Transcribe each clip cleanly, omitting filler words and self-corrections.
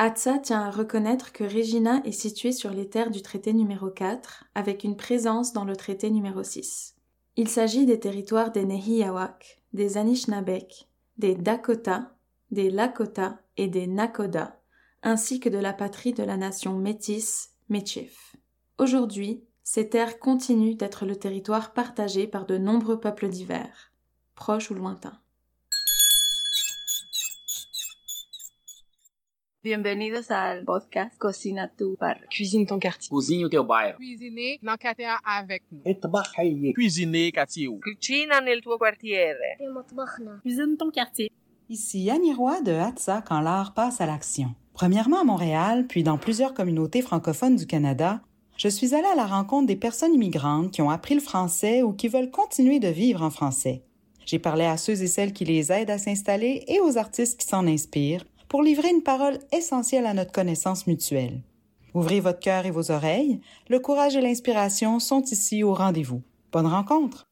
ATSA tient à reconnaître que Regina est située sur les terres du traité numéro 4, avec une présence dans le traité numéro 6. Il s'agit des territoires des Nehiyawak, des Anishinaabeg, des Dakota, des Lakota et des Nakoda, ainsi que de la patrie de la nation métisse, Michif. Aujourd'hui, ces terres continuent d'être le territoire partagé par de nombreux peuples divers, proches ou lointains. Bienvenidos al podcast Cocina tu Barrio. Cuisine ton quartier. Cozinhe o teu bairro. Cuisiner dans quartier avec nous. Cuisiner quartier. Cucina nel tuo quartiere. Cuisine ton quartier. Ici Annie Roy de Hatsa quand l'art passe à l'action. Premièrement à Montréal, puis dans plusieurs communautés francophones du Canada, je suis allée à la rencontre des personnes immigrantes qui ont appris le français ou qui veulent continuer de vivre en français. J'ai parlé à ceux et celles qui les aident à s'installer et aux artistes qui s'en inspirent pour livrer une parole essentielle à notre connaissance mutuelle. Ouvrez votre cœur et vos oreilles, le courage et l'inspiration sont ici au rendez-vous. Bonne rencontre!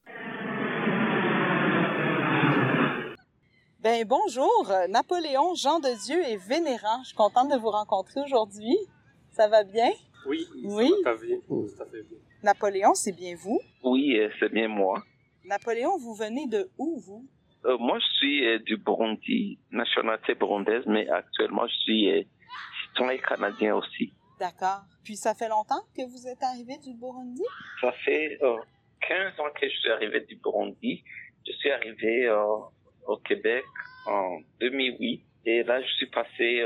Bonjour, Napoléon, Jean de Dieu et Vénérant. Je suis contente de vous rencontrer aujourd'hui. Ça va bien? Oui. Ça va tout à fait bien. Napoléon, c'est bien vous? Oui, c'est bien moi. Napoléon, vous venez de où, vous? Moi, je suis du Burundi, nationalité burundaise, mais actuellement, je suis citoyen canadien aussi. D'accord. Puis, ça fait longtemps que vous êtes arrivé du Burundi? Ça fait 15 ans que je suis arrivé du Burundi. Je suis arrivé au Québec en 2008. Et là, je suis passé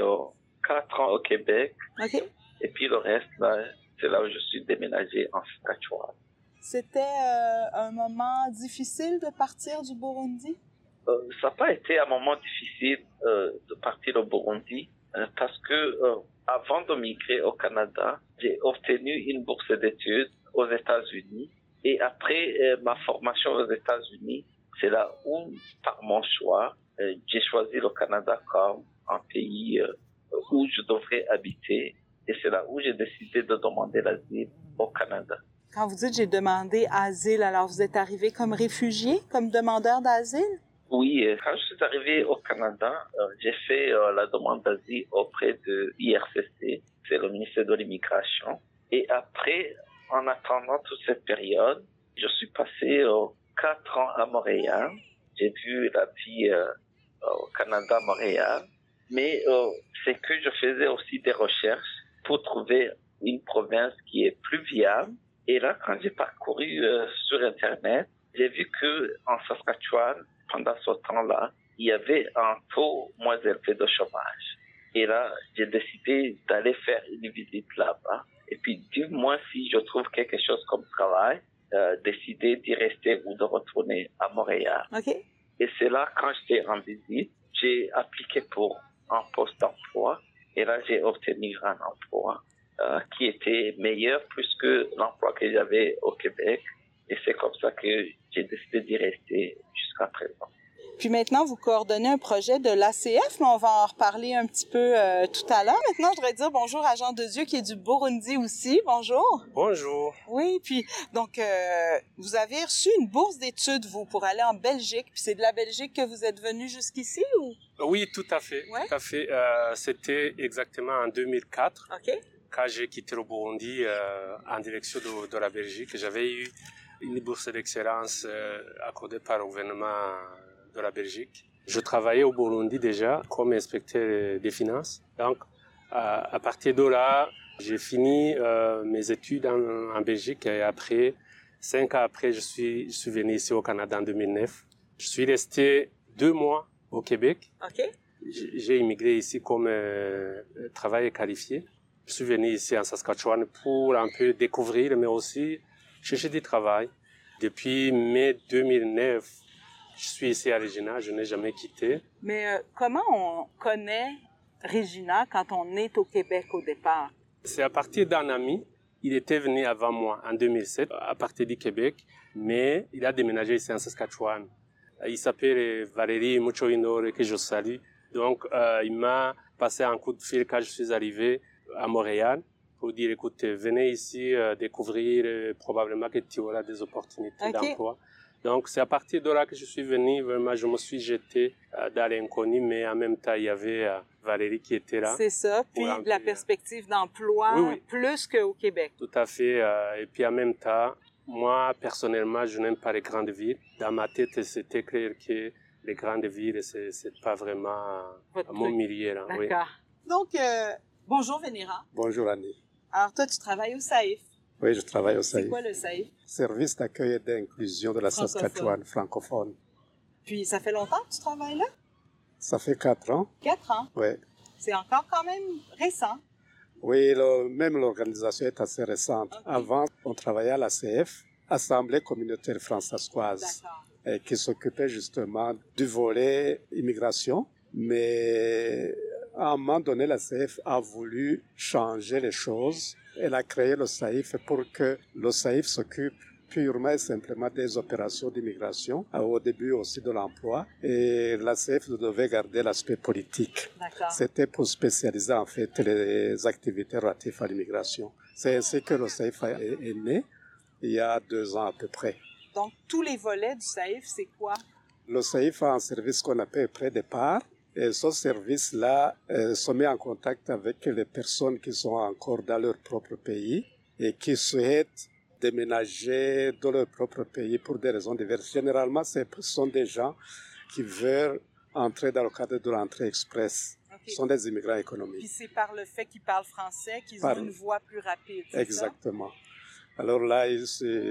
4 ans au Québec. OK. Et puis, le reste, là, c'est là où je suis déménagé en Saskatchewan. C'était un moment difficile de partir du Burundi? Ça n'a pas été un moment difficile de partir au Burundi parce que avant de migrer au Canada, j'ai obtenu une bourse d'études aux États-Unis et après ma formation aux États-Unis, c'est là où, par mon choix, j'ai choisi le Canada comme un pays où je devrais habiter et c'est là où j'ai décidé de demander l'asile au Canada. Quand vous dites « j'ai demandé asile », alors vous êtes arrivé comme réfugié, comme demandeur d'asile? Oui, quand je suis arrivé au Canada, j'ai fait la demande d'asile auprès de l'IRCC, c'est le ministère de l'Immigration. Et après, en attendant toute cette période, je suis passé 4 ans à Montréal. J'ai vu la vie au Canada, Montréal. Mais c'est que je faisais aussi des recherches pour trouver une province qui est plus viable. Et là, quand j'ai parcouru sur Internet, j'ai vu que en Saskatchewan, pendant ce temps-là, il y avait un taux moins élevé de chômage. Et là, j'ai décidé d'aller faire une visite là-bas. Et puis, du moins, si je trouve quelque chose comme travail, décider d'y rester ou de retourner à Montréal. OK. Et c'est là, quand j'étais en visite, j'ai appliqué pour un poste d'emploi. Et là, j'ai obtenu un emploi qui était meilleur plus que l'emploi que j'avais au Québec. Et c'est comme ça que j'ai décidé d'y rester jusqu'à présent. Puis maintenant, vous coordonnez un projet de l'ACF, mais on va en reparler un petit peu tout à l'heure. Maintenant, je voudrais dire bonjour à Jean de Dieu qui est du Burundi aussi. Bonjour. Bonjour. Oui, puis donc, vous avez reçu une bourse d'études, vous, pour aller en Belgique. Puis c'est de la Belgique que vous êtes venu jusqu'ici ou? Oui, tout à fait. Ouais. Tout à fait. C'était exactement en 2004. OK. Quand j'ai quitté le Burundi en direction de la Belgique. J'avais eu une bourse d'excellence accordée par le gouvernement de la Belgique. Je travaillais au Burundi déjà comme inspecteur des finances. Donc, à partir de là, j'ai fini mes études en Belgique et après, 5 ans après, je suis venu ici au Canada en 2009. Je suis resté 2 mois au Québec. OK. J'ai immigré ici comme travailleur qualifié. Je suis venu ici en Saskatchewan pour un peu découvrir, mais aussi chercher du travail. Depuis mai 2009, je suis ici à Regina, je n'ai jamais quitté. Mais comment on connaît Regina quand on est au Québec au départ? C'est à partir d'un ami. Il était venu avant moi en 2007, à partir du Québec, mais il a déménagé ici en Saskatchewan. Il s'appelle Valérie Muchoinore, que je salue. Donc, il m'a passé un coup de fil quand je suis arrivé à Montréal pour dire, écoute, venez ici découvrir, probablement que tu auras des opportunités d'emploi. Donc c'est à partir de là que je suis venu, vraiment je me suis jeté dans l'inconnu, mais en même temps il y avait Valérie qui était là. C'est ça, puis la perspective d'emploi plus qu'au Québec. Tout à fait, et puis en même temps, moi personnellement je n'aime pas les grandes villes. Dans ma tête c'était clair que les grandes villes c'est pas vraiment mon milieu. Là. D'accord. Oui. Donc, bonjour Vénéra. Bonjour Annie. Alors toi tu travailles au SAIF. Oui, je travaille au SAIF. C'est quoi le SAIF? Service d'accueil et d'inclusion de la Saskatchewan francophone. Puis, ça fait longtemps que tu travailles là? Ça fait 4 ans. 4 ans? Oui. C'est encore quand même récent. Oui, même l'organisation est assez récente. Okay. Avant, on travaillait à l'ACF, Assemblée communautaire franc-saskoise, qui s'occupait justement du volet immigration. Mais à un moment donné, l'ACF a voulu changer les choses. Elle a créé le SAIF pour que le SAIF s'occupe purement et simplement des opérations d'immigration, au début aussi de l'emploi, et l'ACF devait garder l'aspect politique. C'était pour spécialiser en fait les activités relatives à l'immigration. C'est ainsi que le SAIF est né il y a 2 ans à peu près. Donc tous les volets du SAIF, c'est quoi? Le SAIF a un service qu'on appelle pré-départ. Et ce service-là se met en contact avec les personnes qui sont encore dans leur propre pays et qui souhaitent déménager dans leur propre pays pour des raisons diverses. Généralement, ce sont des gens qui veulent entrer dans le cadre de l'entrée express. Ce sont des immigrants économiques. Puis c'est par le fait qu'ils parlent français qu'ils ont une voie plus rapide, c'est Exactement. Ça? Alors là, ils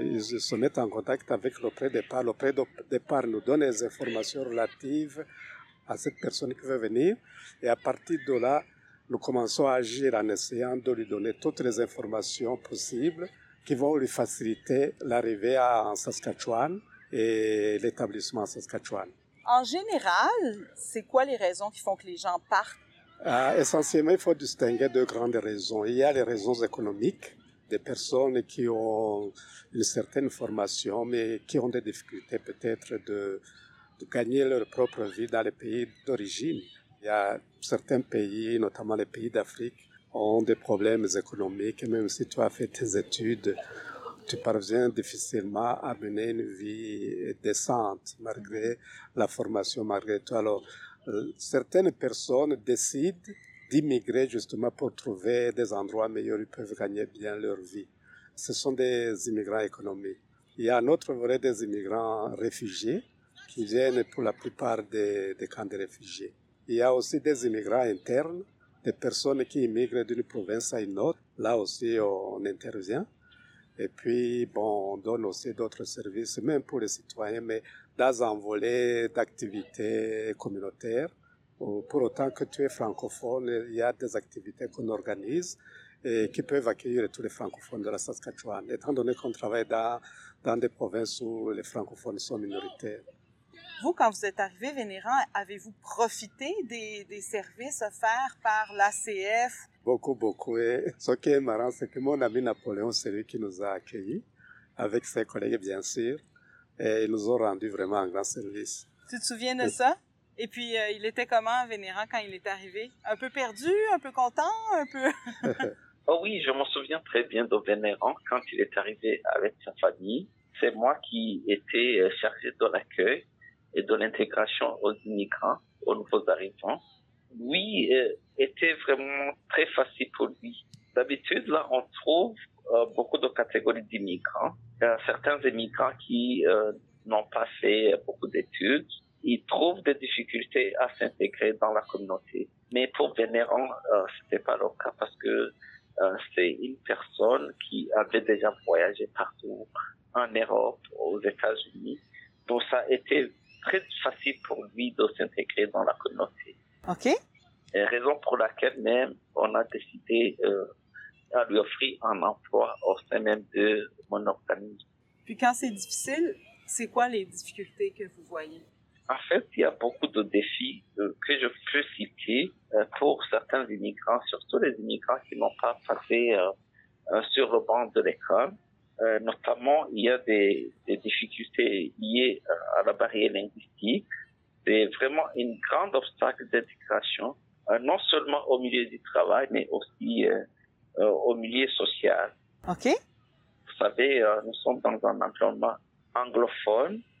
se mettent en contact avec le pré-départ. Le pré-départ nous donne les informations relatives à cette personne qui veut venir. Et à partir de là, nous commençons à agir en essayant de lui donner toutes les informations possibles qui vont lui faciliter l'arrivée en Saskatchewan et l'établissement en Saskatchewan. En général, c'est quoi les raisons qui font que les gens partent? Essentiellement, il faut distinguer 2 grandes raisons. Il y a les raisons économiques, des personnes qui ont une certaine formation, mais qui ont des difficultés peut-être de gagner leur propre vie dans les pays d'origine. Il y a certains pays, notamment les pays d'Afrique, ont des problèmes économiques. Même si tu as fait tes études, tu parviens difficilement à mener une vie décente malgré la formation, malgré tout. Alors, certaines personnes décident d'immigrer justement pour trouver des endroits meilleurs où ils peuvent gagner bien leur vie. Ce sont des immigrants économiques. Il y a un autre volet des immigrants réfugiés qui viennent pour la plupart des camps de réfugiés. Il y a aussi des immigrants internes, des personnes qui immigrent d'une province à une autre. Là aussi, on intervient. Et puis, on donne aussi d'autres services, même pour les citoyens, mais dans un volet d'activités communautaires. Pour autant que tu es francophone, il y a des activités qu'on organise et qui peuvent accueillir tous les francophones de la Saskatchewan, étant donné qu'on travaille dans des provinces où les francophones sont minoritaires. Vous, quand vous êtes arrivé, Vénéran, avez-vous profité des services offerts par l'ACF? Beaucoup. Et ce qui est marrant, c'est que mon ami Napoléon, c'est lui qui nous a accueillis, avec ses collègues, bien sûr, et ils nous ont rendu vraiment un grand service. Tu te souviens de ça? Et puis, il était comment, Vénéran, quand il est arrivé? Un peu perdu, un peu content, un peu... Oh oui, je me souviens très bien de Vénéran quand il est arrivé avec sa famille. C'est moi qui étais chargé de l'accueil et de l'intégration aux immigrants, aux nouveaux arrivants. Oui, était vraiment très facile pour lui. D'habitude, là, on trouve beaucoup de catégories d'immigrants. Certains immigrants qui n'ont pas fait beaucoup d'études, ils trouvent des difficultés à s'intégrer dans la communauté. Mais pour Vénéran, c'était pas le cas parce que c'est une personne qui avait déjà voyagé partout en Europe, aux États-Unis. Donc ça a été très facile pour lui de s'intégrer dans la communauté. OK. Et raison pour laquelle même on a décidé à lui offrir un emploi au sein même de mon organisme. Puis quand c'est difficile, c'est quoi les difficultés que vous voyez? En fait, il y a beaucoup de défis que je peux citer pour certains immigrants, surtout les immigrants qui n'ont pas passé sur le banc de l'école. Notamment, il y a des difficultés liées à la barrière linguistique. C'est vraiment une grande obstacle d'intégration, non seulement au milieu du travail, mais aussi au milieu social. OK. Vous savez, nous sommes dans un environnement anglophone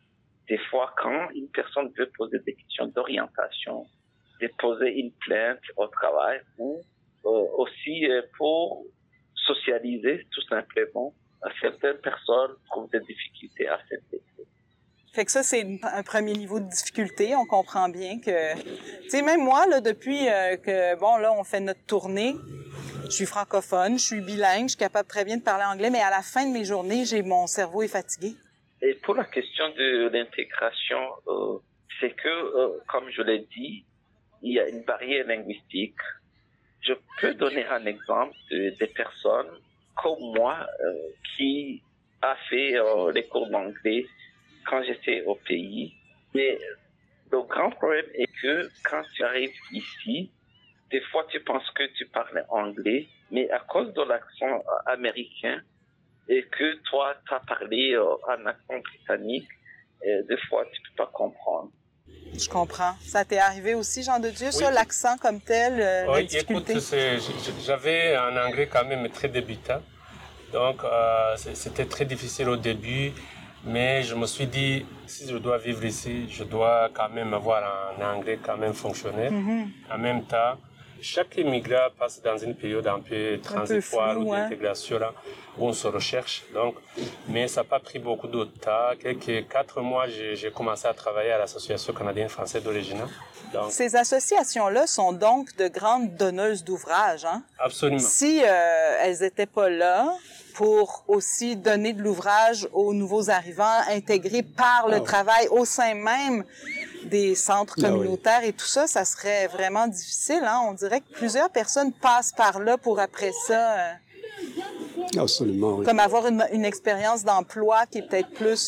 des fois, quand une personne veut poser des questions d'orientation, déposer une plainte au travail ou aussi pour socialiser tout simplement, certaines personnes trouvent des difficultés à s'intégrer. Fait que ça, c'est un premier niveau de difficulté. On comprend bien que... Tu sais, même moi, là, depuis on fait notre tournée, je suis francophone, je suis bilingue, je suis capable très bien de parler anglais, mais à la fin de mes journées, mon cerveau est fatigué. Et pour la question de l'intégration, c'est que, comme je l'ai dit, il y a une barrière linguistique. Je peux donner un exemple des personnes comme moi qui a fait les cours d'anglais quand j'étais au pays. Mais le grand problème est que quand tu arrives ici, des fois tu penses que tu parles anglais, mais à cause de l'accent américain et que toi tu as parlé en accent britannique, des fois tu peux pas comprendre. Je comprends. Ça t'est arrivé aussi, Jean de Dieu, ça, l'accent comme tel, la difficulté? Écoute, j'avais un anglais quand même très débutant. Donc, c'était très difficile au début. Mais je me suis dit, si je dois vivre ici, je dois quand même avoir un anglais quand même fonctionnel. En même temps, chaque immigrant passe dans une période un peu transitoire ou d'intégration là, où on se recherche. Donc, mais ça n'a pas pris beaucoup de temps. Quelques 4 mois, j'ai commencé à travailler à l'Association canadienne-française d'origine. Ces associations-là sont donc de grandes donneuses d'ouvrages, hein? Absolument. Si elles n'étaient pas là pour aussi donner de l'ouvrage aux nouveaux arrivants, intégrés par le travail au sein même des centres communautaires et tout ça, ça serait vraiment difficile, hein? On dirait que plusieurs personnes passent par là pour après ça... Absolument, oui. Comme avoir une expérience d'emploi qui est peut-être plus...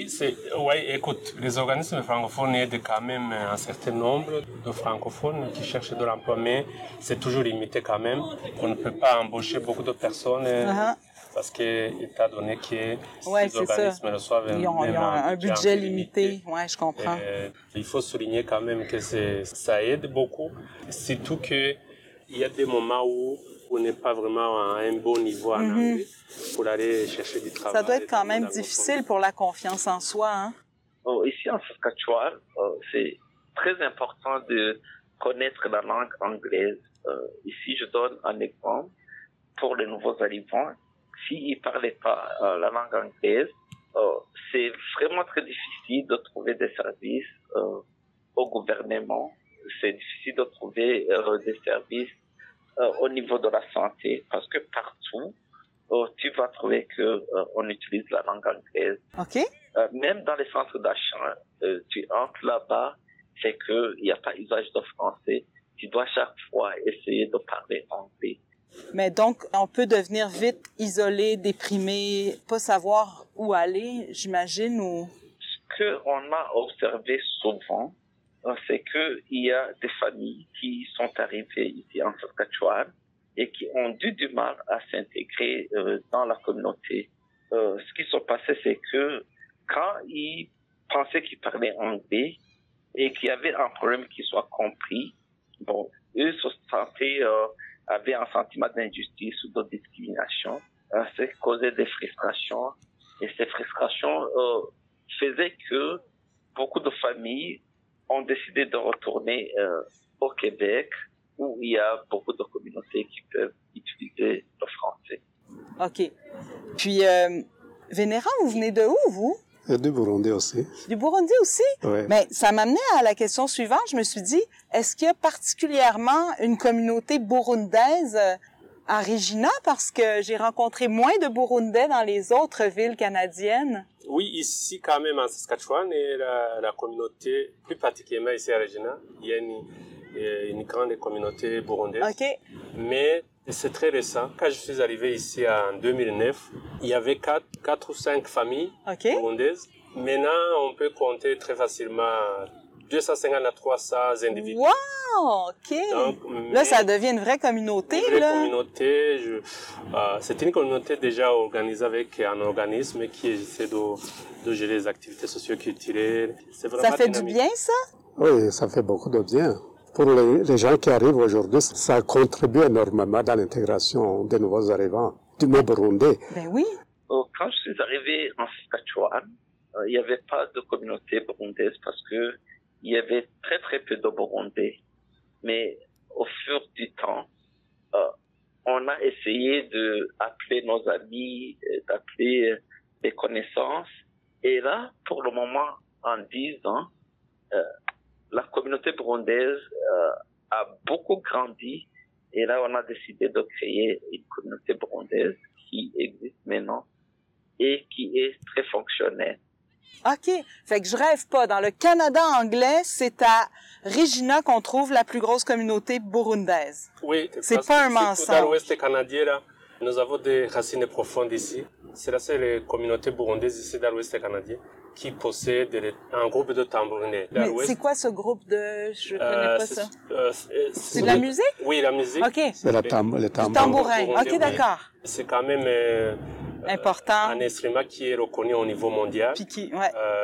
Écoute, les organismes francophones aident quand même un certain nombre de francophones qui cherchent de l'emploi, mais c'est toujours limité quand même. On ne peut pas embaucher beaucoup de personnes parce que, étant donné que ces organismes reçoivent ils ont un budget limité. Oui, je comprends. Il faut souligner quand même que ça aide beaucoup, surtout qu'il y a des moments où on n'est pas vraiment à un bon niveau en anglais pour aller chercher du travail. Ça doit être quand même difficile pour la confiance en soi, hein? Ici en Saskatchewan, c'est très important de connaître la langue anglaise. Ici, je donne un exemple pour les nouveaux arrivants. S'ils ne parlaient pas la langue anglaise, c'est vraiment très difficile de trouver des services au gouvernement. C'est difficile de trouver des services au niveau de la santé, parce que partout, tu vas trouver que on utilise la langue anglaise. OK. Même dans les centres d'achat, tu entres là-bas, c'est qu'il n'y a pas usage de français. Tu dois chaque fois essayer de parler anglais. Mais donc, on peut devenir vite isolé, déprimé, pas savoir où aller, j'imagine, ou... Ce qu'on a observé souvent, c'est qu'il y a des familles qui sont arrivées ici en Saskatchewan et qui ont eu du mal à s'intégrer dans la communauté. Ce qui s'est passé, c'est que quand ils pensaient qu'ils parlaient anglais et qu'il y avait un problème qui soit compris, eux se sentaient, avaient un sentiment d'injustice ou de discrimination. Ça causait des frustrations et ces frustrations faisaient que beaucoup de familles ont décidé de retourner au Québec, où il y a beaucoup de communautés qui peuvent utiliser le français. OK. Puis, Vénérand, vous venez de où, vous? Du Burundi aussi. Du Burundi aussi? Oui. Mais ça m'amenait à la question suivante. Je me suis dit, est-ce qu'il y a particulièrement une communauté burundaise à Regina? Parce que j'ai rencontré moins de Burundais dans les autres villes canadiennes. Oui, ici quand même en Saskatchewan et la communauté, plus particulièrement ici à Regina, il y a une grande communauté burundaise. OK. Mais c'est très récent. Quand je suis arrivé ici en 2009, il y avait 4 ou 5 familles burundaises. Maintenant, on peut compter très facilement 250 à 300 individus. Wow! OK. Donc, là, ça devient une vraie communauté, une vraie communauté. C'est une communauté déjà organisée avec un organisme qui essaie de gérer les activités socio-culturelles. Ça fait dynamique. Du bien, ça? Oui, ça fait beaucoup de bien. Pour les gens qui arrivent aujourd'hui, ça contribue énormément dans l'intégration des nouveaux arrivants du Burundais. Ben oui. Quand je suis arrivé en Saskatchewan, il n'y avait pas de communauté burundaise parce que il y avait très très peu de Burundais. Mais au fur du temps, on a essayé d'appeler nos amis, d'appeler des connaissances. Et là, pour le moment, en 10 ans, la communauté burundaise a beaucoup grandi. Et là, on a décidé de créer une communauté burundaise qui existe maintenant et qui est très fonctionnelle. OK. Fait que je rêve pas. Dans le Canada anglais, c'est à Regina qu'on trouve la plus grosse communauté burundaise. Oui. C'est pas un mensonge. Dans l'Ouest canadien, là, nous avons des racines profondes ici. C'est la seule communauté burundaise ici dans l'Ouest canadien qui possède un groupe de tambourinais. Mais c'est quoi ce groupe de... Je connais pas ça. C'est de la musique? Oui, la musique. OK. C'est le tambourin. OK, d'accord. C'est quand même... important. Un instrument qui est reconnu au niveau mondial. Puis qui,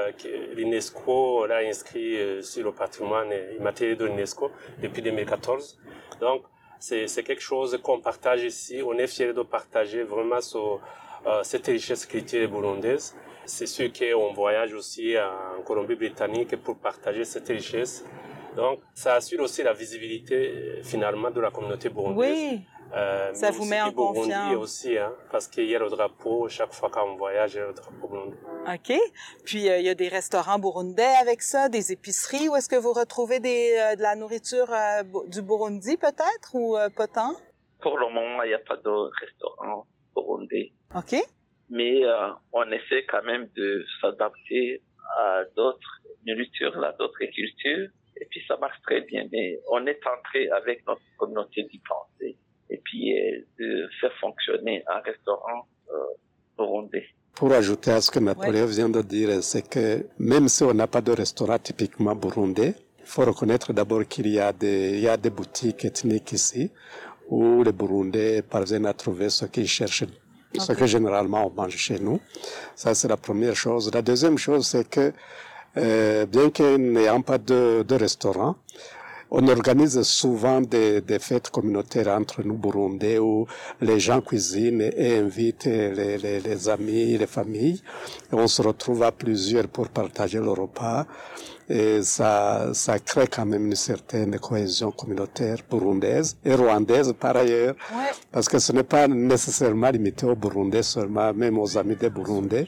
l'UNESCO l'a inscrit sur le patrimoine immatériel de l'UNESCO depuis 2014. Donc, c'est quelque chose qu'on partage ici. On est fiers de partager vraiment cette richesse culturelle burundaise. C'est sûr qu'on voyage aussi en Colombie-Britannique pour partager cette richesse. Donc, ça assure aussi la visibilité finalement de la communauté burundaise. Oui. Ça vous met en confiance. Aussi, hein, parce qu'il y a le drapeau, chaque fois qu'on voyage, il y a le drapeau burundais. OK. Puis, il y a des restaurants burundais avec ça, des épiceries. Où est-ce que vous retrouvez de la nourriture du Burundi, peut-être, ou pas tant? Pour le moment, il n'y a pas de restaurant burundais. OK. Mais on essaie quand même de s'adapter à d'autres nourritures, à d'autres cultures. Et puis, ça marche très bien. Mais on est en train, avec notre communauté, d'y penser. Et puis de faire fonctionner un restaurant burundais. Pour ajouter à ce que Napoléon vient de dire, c'est que même si on n'a pas de restaurant typiquement burundais, il faut reconnaître d'abord qu'il y a des boutiques ethniques ici où les Burundais parviennent à trouver ce qu'ils cherchent, ce que généralement on mange chez nous. Ça, c'est la première chose. La deuxième chose, c'est que bien qu'il n'y ait pas de restaurant, on organise souvent des fêtes communautaires entre nous Burundais où les gens cuisinent et invitent les amis, les familles. Et on se retrouve à plusieurs pour partager le repas. Et ça crée quand même une certaine cohésion communautaire burundaise et rwandaise par ailleurs. Ouais. Parce que ce n'est pas nécessairement limité aux Burundais seulement, même aux amis des Burundais.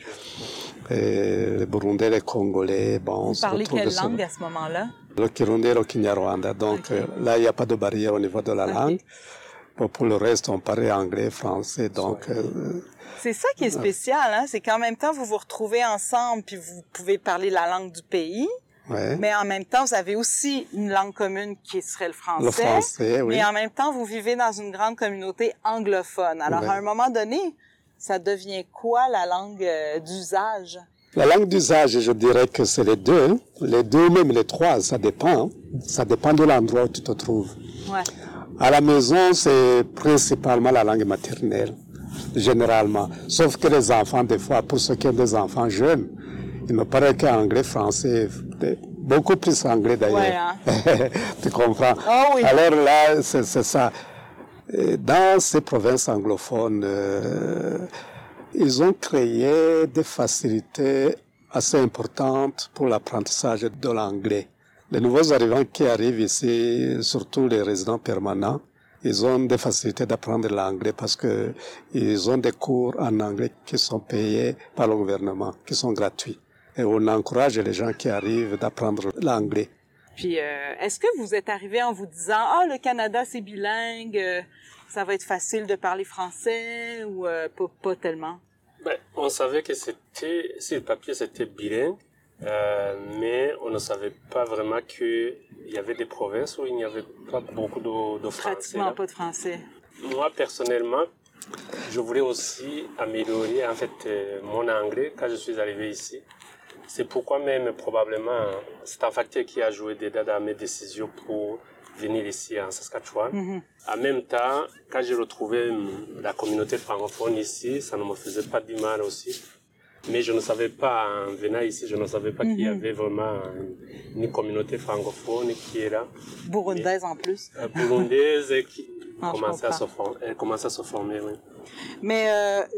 Et les Burundais, les Congolais, bon, on se retrouve... Vous parlez quelle langue à ce moment-là? Le Kirundi et le Kinyarwanda. Donc là, il n'y a pas de barrière au niveau de la langue. Bon, pour le reste, on parlait anglais, français, donc... C'est ça qui est spécial, hein? C'est qu'en même temps, vous vous retrouvez ensemble, puis vous pouvez parler la langue du pays. Ouais. Mais en même temps, vous avez aussi une langue commune qui serait le français. Le français, oui. Mais en même temps, vous vivez dans une grande communauté anglophone. Alors, à un moment donné, ça devient quoi la langue d'usage? La langue d'usage, je dirais que c'est les deux. Les deux, même les trois, ça dépend. Ça dépend de l'endroit où tu te trouves. Ouais. À la maison, c'est principalement la langue maternelle, généralement. Sauf que les enfants, des fois, pour ceux qui ont des enfants jeunes, il me paraît qu'anglais, français, beaucoup plus anglais d'ailleurs. Ouais, hein? Tu comprends? Oh, oui. Alors là, c'est ça. Et dans ces provinces anglophones, ils ont créé des facilités assez importantes pour l'apprentissage de l'anglais. Les nouveaux arrivants qui arrivent ici, surtout les résidents permanents, ils ont des facilités d'apprendre l'anglais parce que ils ont des cours en anglais qui sont payés par le gouvernement, qui sont gratuits. Et on encourage les gens qui arrivent d'apprendre l'anglais. Puis, est-ce que vous êtes arrivé en vous disant, ah, le Canada, c'est bilingue, ça va être facile de parler français ou pas tellement? Ben, on savait que c'était, sur le papier, c'était bilingue, mais on ne savait pas vraiment qu'il y avait des provinces où il n'y avait pas beaucoup de français. Pratiquement pas de français. Moi, personnellement, je voulais aussi améliorer, en fait, mon anglais quand je suis arrivé ici. C'est pourquoi même, probablement, c'est un facteur qui a joué dedans dans mes décisions pour venir ici en Saskatchewan. Mm-hmm. En même temps, quand j'ai retrouvé la communauté francophone ici, ça ne me faisait pas du mal aussi. Mais je ne savais pas, en venant ici, je ne savais pas qu'il y avait vraiment une communauté francophone qui est là. Burundaise en plus. Burundaise qui commençait à se former, oui. Mais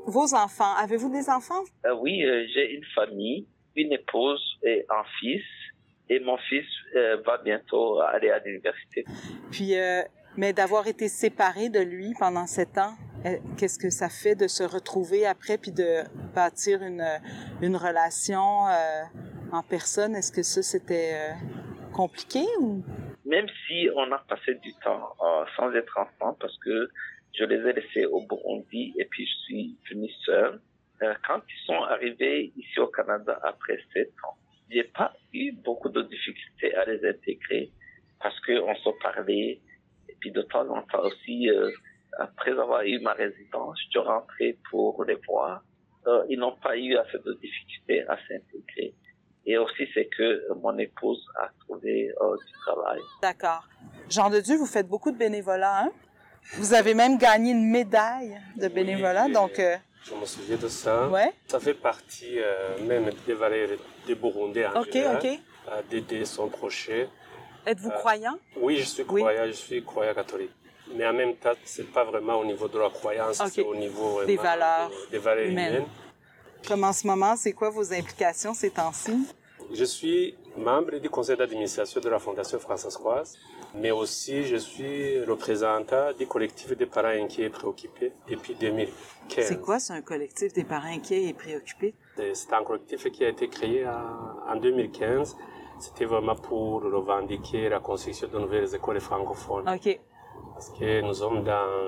vos enfants, avez-vous des enfants? Oui, j'ai une famille, une épouse et un fils. Et mon fils va bientôt aller à l'université. Puis, mais d'avoir été séparé de lui pendant 7 ans, qu'est-ce que ça fait de se retrouver après puis de bâtir une relation en personne? Est-ce que ça, c'était compliqué ou? Même si on a passé du temps sans être ensemble, parce que je les ai laissés au Burundi et puis je suis venu seul. Quand ils sont arrivés ici au Canada après 7 ans, j'ai pas eu beaucoup de difficultés à les intégrer parce qu'on se parlait. Et puis de temps en temps aussi, après avoir eu ma résidence, je suis rentré pour les voir. Ils n'ont pas eu assez de difficultés à s'intégrer. Et aussi, c'est que mon épouse a trouvé du travail. D'accord. Jean de Dieu, vous faites beaucoup de bénévolat, hein? Vous avez même gagné une médaille de bénévolat, donc... Je me souviens de ça. Ouais. Ça fait partie même des valeurs des Burundais en général. OK. D'aider son prochain. Êtes-vous croyant? Oui, je suis croyant, je suis croyant catholique. Mais en même temps, c'est pas vraiment au niveau de la croyance, c'est au niveau des valeurs humaines. Comme en ce moment, c'est quoi vos implications ces temps-ci? Je suis membre du conseil d'administration de la Fondation Françoise, mais aussi je suis représentant du collectif des parents inquiets et préoccupés depuis 2015. C'est quoi, c'est un collectif des parents inquiets et préoccupés? C'est un collectif qui a été créé en 2015. C'était vraiment pour revendiquer la construction de nouvelles écoles francophones. OK. Parce que nous sommes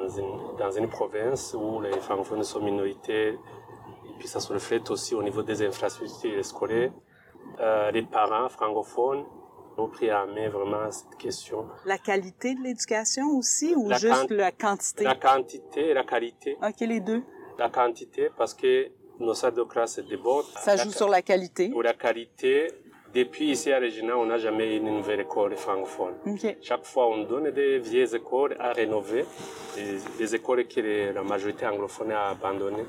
dans une province où les francophones sont minorités, et puis ça se reflète aussi au niveau des infrastructures scolaires. Les parents francophones ont pris à main vraiment cette question. La qualité de l'éducation aussi ou juste la quantité? La quantité et la qualité. OK, les deux. La quantité parce que nos salles de classe débordent. Ça joue sur la qualité. Pour la qualité, depuis ici à Regina, on n'a jamais eu une nouvelle école francophone. Okay. Chaque fois, on donne des vieilles écoles à rénover, des écoles que la majorité anglophone a abandonnées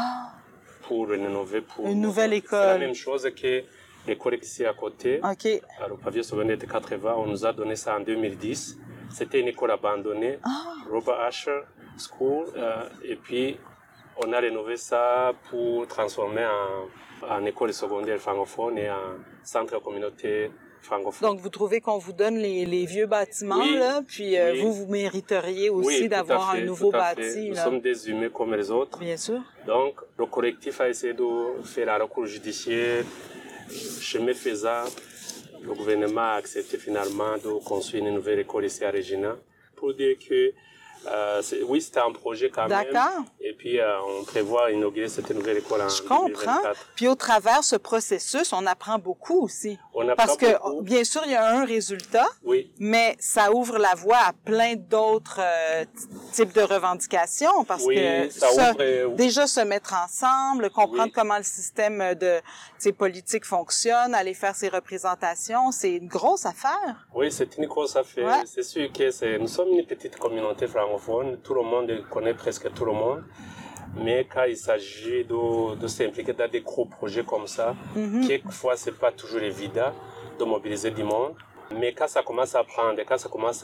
pour rénover. Une nouvelle école. C'est la même chose que l'école ici à côté. OK. Alors, au pavillon secondaire de 80, on nous a donné ça en 2010. C'était une école abandonnée, Robert Asher School, et puis on a rénové ça pour transformer en école secondaire francophone et en centre communautaire francophone. Donc, vous trouvez qu'on vous donne les vieux bâtiments, là, puis vous mériteriez aussi d'avoir un nouveau bâti. Nous sommes des humains comme les autres. Bien sûr. Donc, le collectif a essayé de faire la recours judiciaire. Chemin faisant, le gouvernement a accepté finalement de construire une nouvelle école ici à Regina. Pour dire que oui, c'était un projet quand même. D'accord. Et puis, on prévoit inaugurer cette nouvelle école en 2024. Je comprends. Puis, au travers ce processus, on apprend beaucoup aussi. On apprend parce que, beaucoup. bien sûr, il y a un résultat, oui, mais ça ouvre la voie à plein d'autres types de revendications. Parce que ça ouvre, déjà se mettre ensemble, comprendre comment le système de politique fonctionne, aller faire ses représentations, c'est une grosse affaire. Oui, c'est une grosse affaire. Ouais. C'est sûr que nous sommes une petite communauté francophone. Tout le monde connaît presque tout le monde. Mais quand il s'agit de s'impliquer dans des gros projets comme ça, quelquefois, c'est pas toujours évident de mobiliser du monde. Mais quand ça commence à prendre, quand ça commence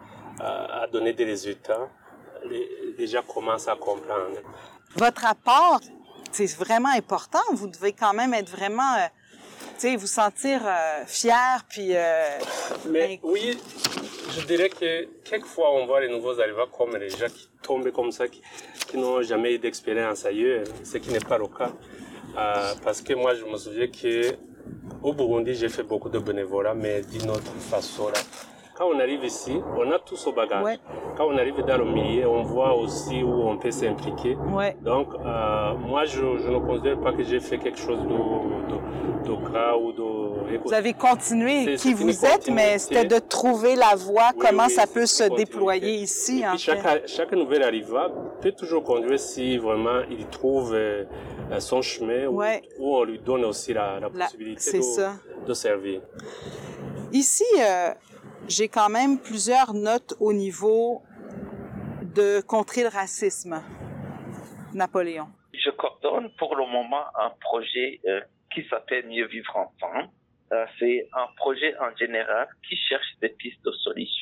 à donner des résultats, les gens commencent à comprendre. Votre apport, c'est vraiment important. Vous devez quand même être vraiment, vous sentir fier, puis... Mais oui, je dirais que quelquefois, on voit les nouveaux arrivants comme les gens qui tombent comme ça, qui n'ont jamais eu d'expérience ailleurs, ce qui n'est pas le cas. Parce que moi, je me souviens qu'au Burundi, j'ai fait beaucoup de bénévolat, mais d'une autre façon. Là. Quand on arrive ici, on a tout ce bagage. Ouais. Quand on arrive dans le milieu, on voit aussi où on peut s'impliquer. Ouais. Donc, moi, je ne considère pas que j'ai fait quelque chose de grave ou de... Vous avez continué qui vous êtes, mais c'était de trouver la voie, comment ça peut se déployer ici. Et puis chaque nouvel arrivant peut toujours conduire si vraiment il trouve son chemin ou on lui donne aussi la possibilité de servir. Ici, j'ai quand même plusieurs notes au niveau de contrer le racisme. Napoléon. Je coordonne pour le moment un projet qui s'appelle Mieux vivre ensemble. C'est un projet en général qui cherche des pistes de solutions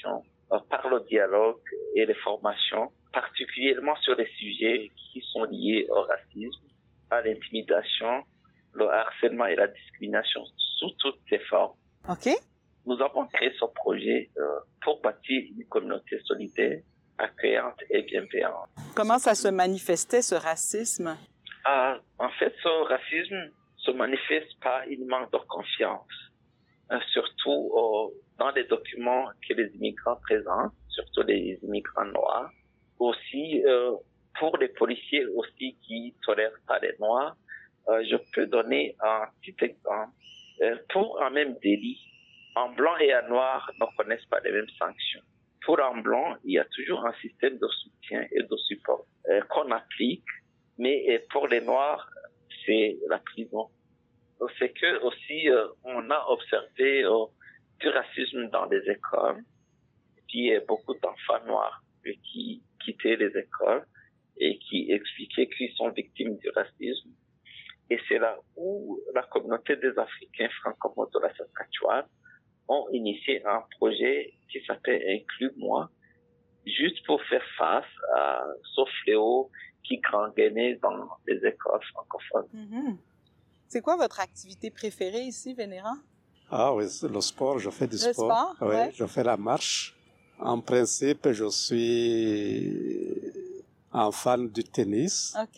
par le dialogue et les formations, particulièrement sur les sujets qui sont liés au racisme, à l'intimidation, le harcèlement et la discrimination sous toutes ses formes. OK. Nous avons créé ce projet pour bâtir une communauté solidaire, accueillante et bienveillante. Comment ça se manifestait, ce racisme? En fait, ce racisme se manifeste par une manque de confiance, surtout dans les documents que les immigrants présentent, surtout les immigrants noirs. Aussi, pour les policiers aussi qui tolèrent pas les noirs, je peux donner un petit exemple. Pour un même délit, en blanc et en noir ne connaissent pas les mêmes sanctions. Pour un blanc, il y a toujours un système de soutien et de support qu'on applique, mais pour les noirs, c'est la prison. C'est que aussi, on a observé du racisme dans les écoles, puis beaucoup d'enfants noirs qui quittaient les écoles et qui expliquaient qu'ils sont victimes du racisme. Et c'est là où la communauté des Africains francophones de la Saskatchewan ont initié un projet qui s'appelle Inclus-moi, juste pour faire face à ce fléau qui gangrénait dans les écoles francophones. Mm-hmm. C'est quoi votre activité préférée ici, Vénéra? Oui, c'est le sport, je fais du sport. Le sport, oui, ouais. Je fais la marche. En principe, je suis un fan du tennis. OK.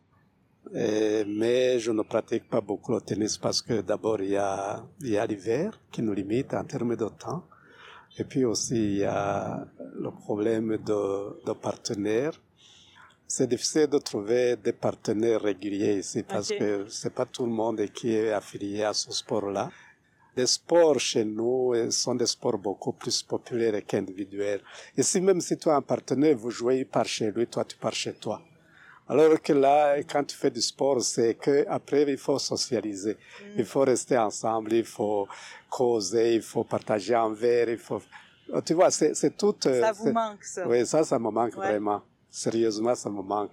Mais je ne pratique pas beaucoup le tennis parce que d'abord, il y a l'hiver qui nous limite en termes de temps. Et puis aussi, il y a le problème de partenaires. C'est difficile de trouver des partenaires réguliers ici parce que c'est pas tout le monde qui est affilié à ce sport-là. Les sports chez nous sont des sports beaucoup plus populaires qu'individuels. Ici, même si tu as un partenaire, vous jouez, il part chez lui, toi tu pars chez toi. Alors que là, quand tu fais du sport, c'est que après il faut socialiser. Il faut rester ensemble, il faut causer, il faut partager un verre, il faut... Tu vois, c'est tout... Ça vous manque, ça? Oui, ça me manque vraiment. Sérieusement, ça me manque.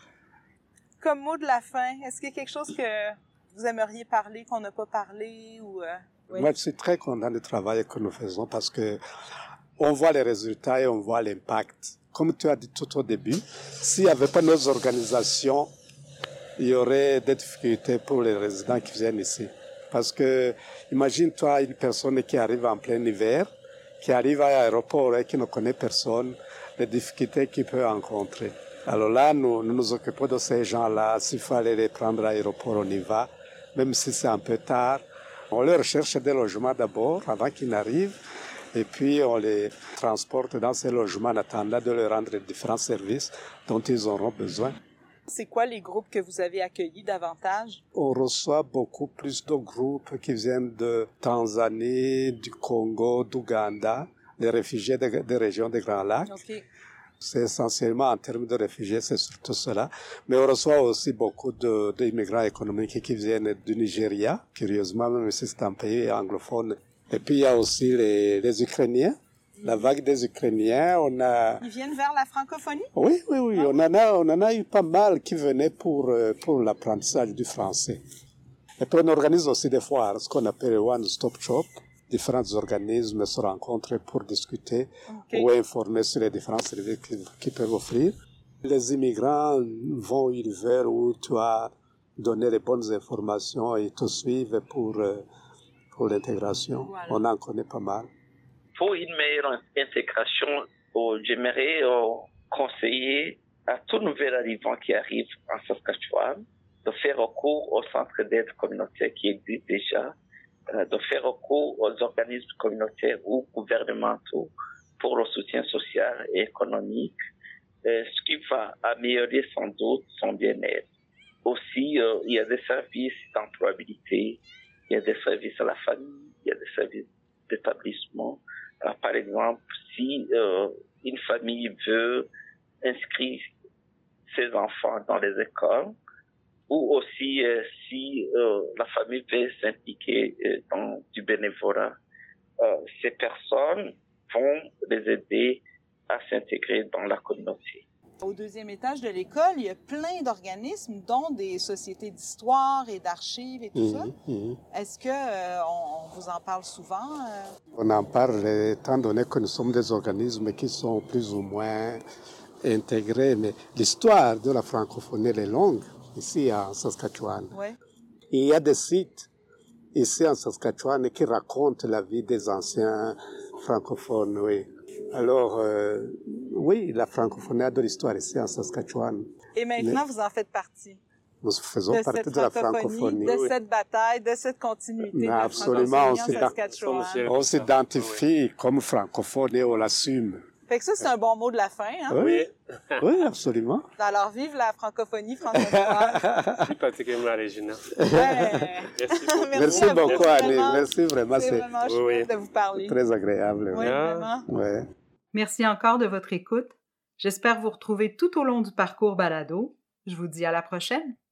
Comme mot de la fin, est-ce qu'il y a quelque chose que vous aimeriez parler, qu'on n'a pas parlé ou... Oui. Moi, je suis très content du travail que nous faisons parce que on voit les résultats et on voit l'impact. Comme tu as dit tout au début, s'il n'y avait pas nos organisations, il y aurait des difficultés pour les résidents qui viennent ici. Parce que, imagine-toi une personne qui arrive en plein hiver, qui arrive à l'aéroport et qui ne connaît personne, les difficultés qu'il peut rencontrer. Alors là, nous occupons de ces gens-là. S'il faut aller les prendre à l'aéroport, on y va, même si c'est un peu tard. On leur cherche des logements d'abord, avant qu'ils n'arrivent, et puis on les transporte dans ces logements en attendant de leur rendre les différents services dont ils auront besoin. C'est quoi les groupes que vous avez accueillis davantage? On reçoit beaucoup plus de groupes qui viennent de Tanzanie, du Congo, d'Ouganda, des réfugiés des régions des Grands Lacs. Okay. C'est essentiellement en termes de réfugiés, c'est surtout cela. Mais on reçoit aussi beaucoup d'immigrants économiques qui viennent du Nigeria, curieusement, même si c'est un pays anglophone. Et puis il y a aussi les Ukrainiens. La vague des Ukrainiens, Ils viennent vers la francophonie? Oui. On en a eu pas mal qui venaient pour l'apprentissage du français. Et puis on organise aussi des foires, ce qu'on appelle One Stop Shop. Différents organismes se rencontrent pour discuter ou informer sur les différents services qu'ils peuvent offrir. Les immigrants vont où ils veulent, où tu as donné les bonnes informations et te suivent pour l'intégration. Voilà. On en connaît pas mal. Pour une meilleure intégration, j'aimerais conseiller à tout nouvel arrivant qui arrive en Saskatchewan de faire recours au centre d'aide communautaire qui existe déjà, de faire recours aux organismes communautaires ou gouvernementaux pour le soutien social et économique, ce qui va améliorer sans doute son bien-être. Aussi, il y a des services d'employabilité, il y a des services à la famille, il y a des services d'établissement. Par exemple, si une famille veut inscrire ses enfants dans les écoles, ou aussi si la famille veut s'impliquer dans du bénévolat, ces personnes vont les aider à s'intégrer dans la communauté. Au deuxième étage de l'école, il y a plein d'organismes, dont des sociétés d'histoire et d'archives et tout ça. Est-ce qu'on vous en parle souvent? On en parle étant donné que nous sommes des organismes qui sont plus ou moins intégrés, mais l'histoire de la francophonie elle est longue ici en Saskatchewan. Ouais. Et il y a des sites ici en Saskatchewan qui racontent la vie des anciens francophones, oui. Alors, oui, la francophonie a de l'histoire ici en Saskatchewan. Et maintenant, vous en faites partie. Nous faisons partie de la francophonie. De cette bataille, de cette continuité de la absolument, francophonie en Saskatchewan. On s'identifie comme francophone et on l'assume. Fait que ça, c'est un bon mot de la fin, hein? Oui, oui, absolument. Alors, vive la francophonie française. Plus particulièrement Régina. Ouais. Merci beaucoup, Annie. Merci vraiment. C'est vraiment chouette de vous parler. Très agréable. Oui, vraiment. Ouais. Merci encore de votre écoute. J'espère vous retrouver tout au long du parcours balado. Je vous dis à la prochaine.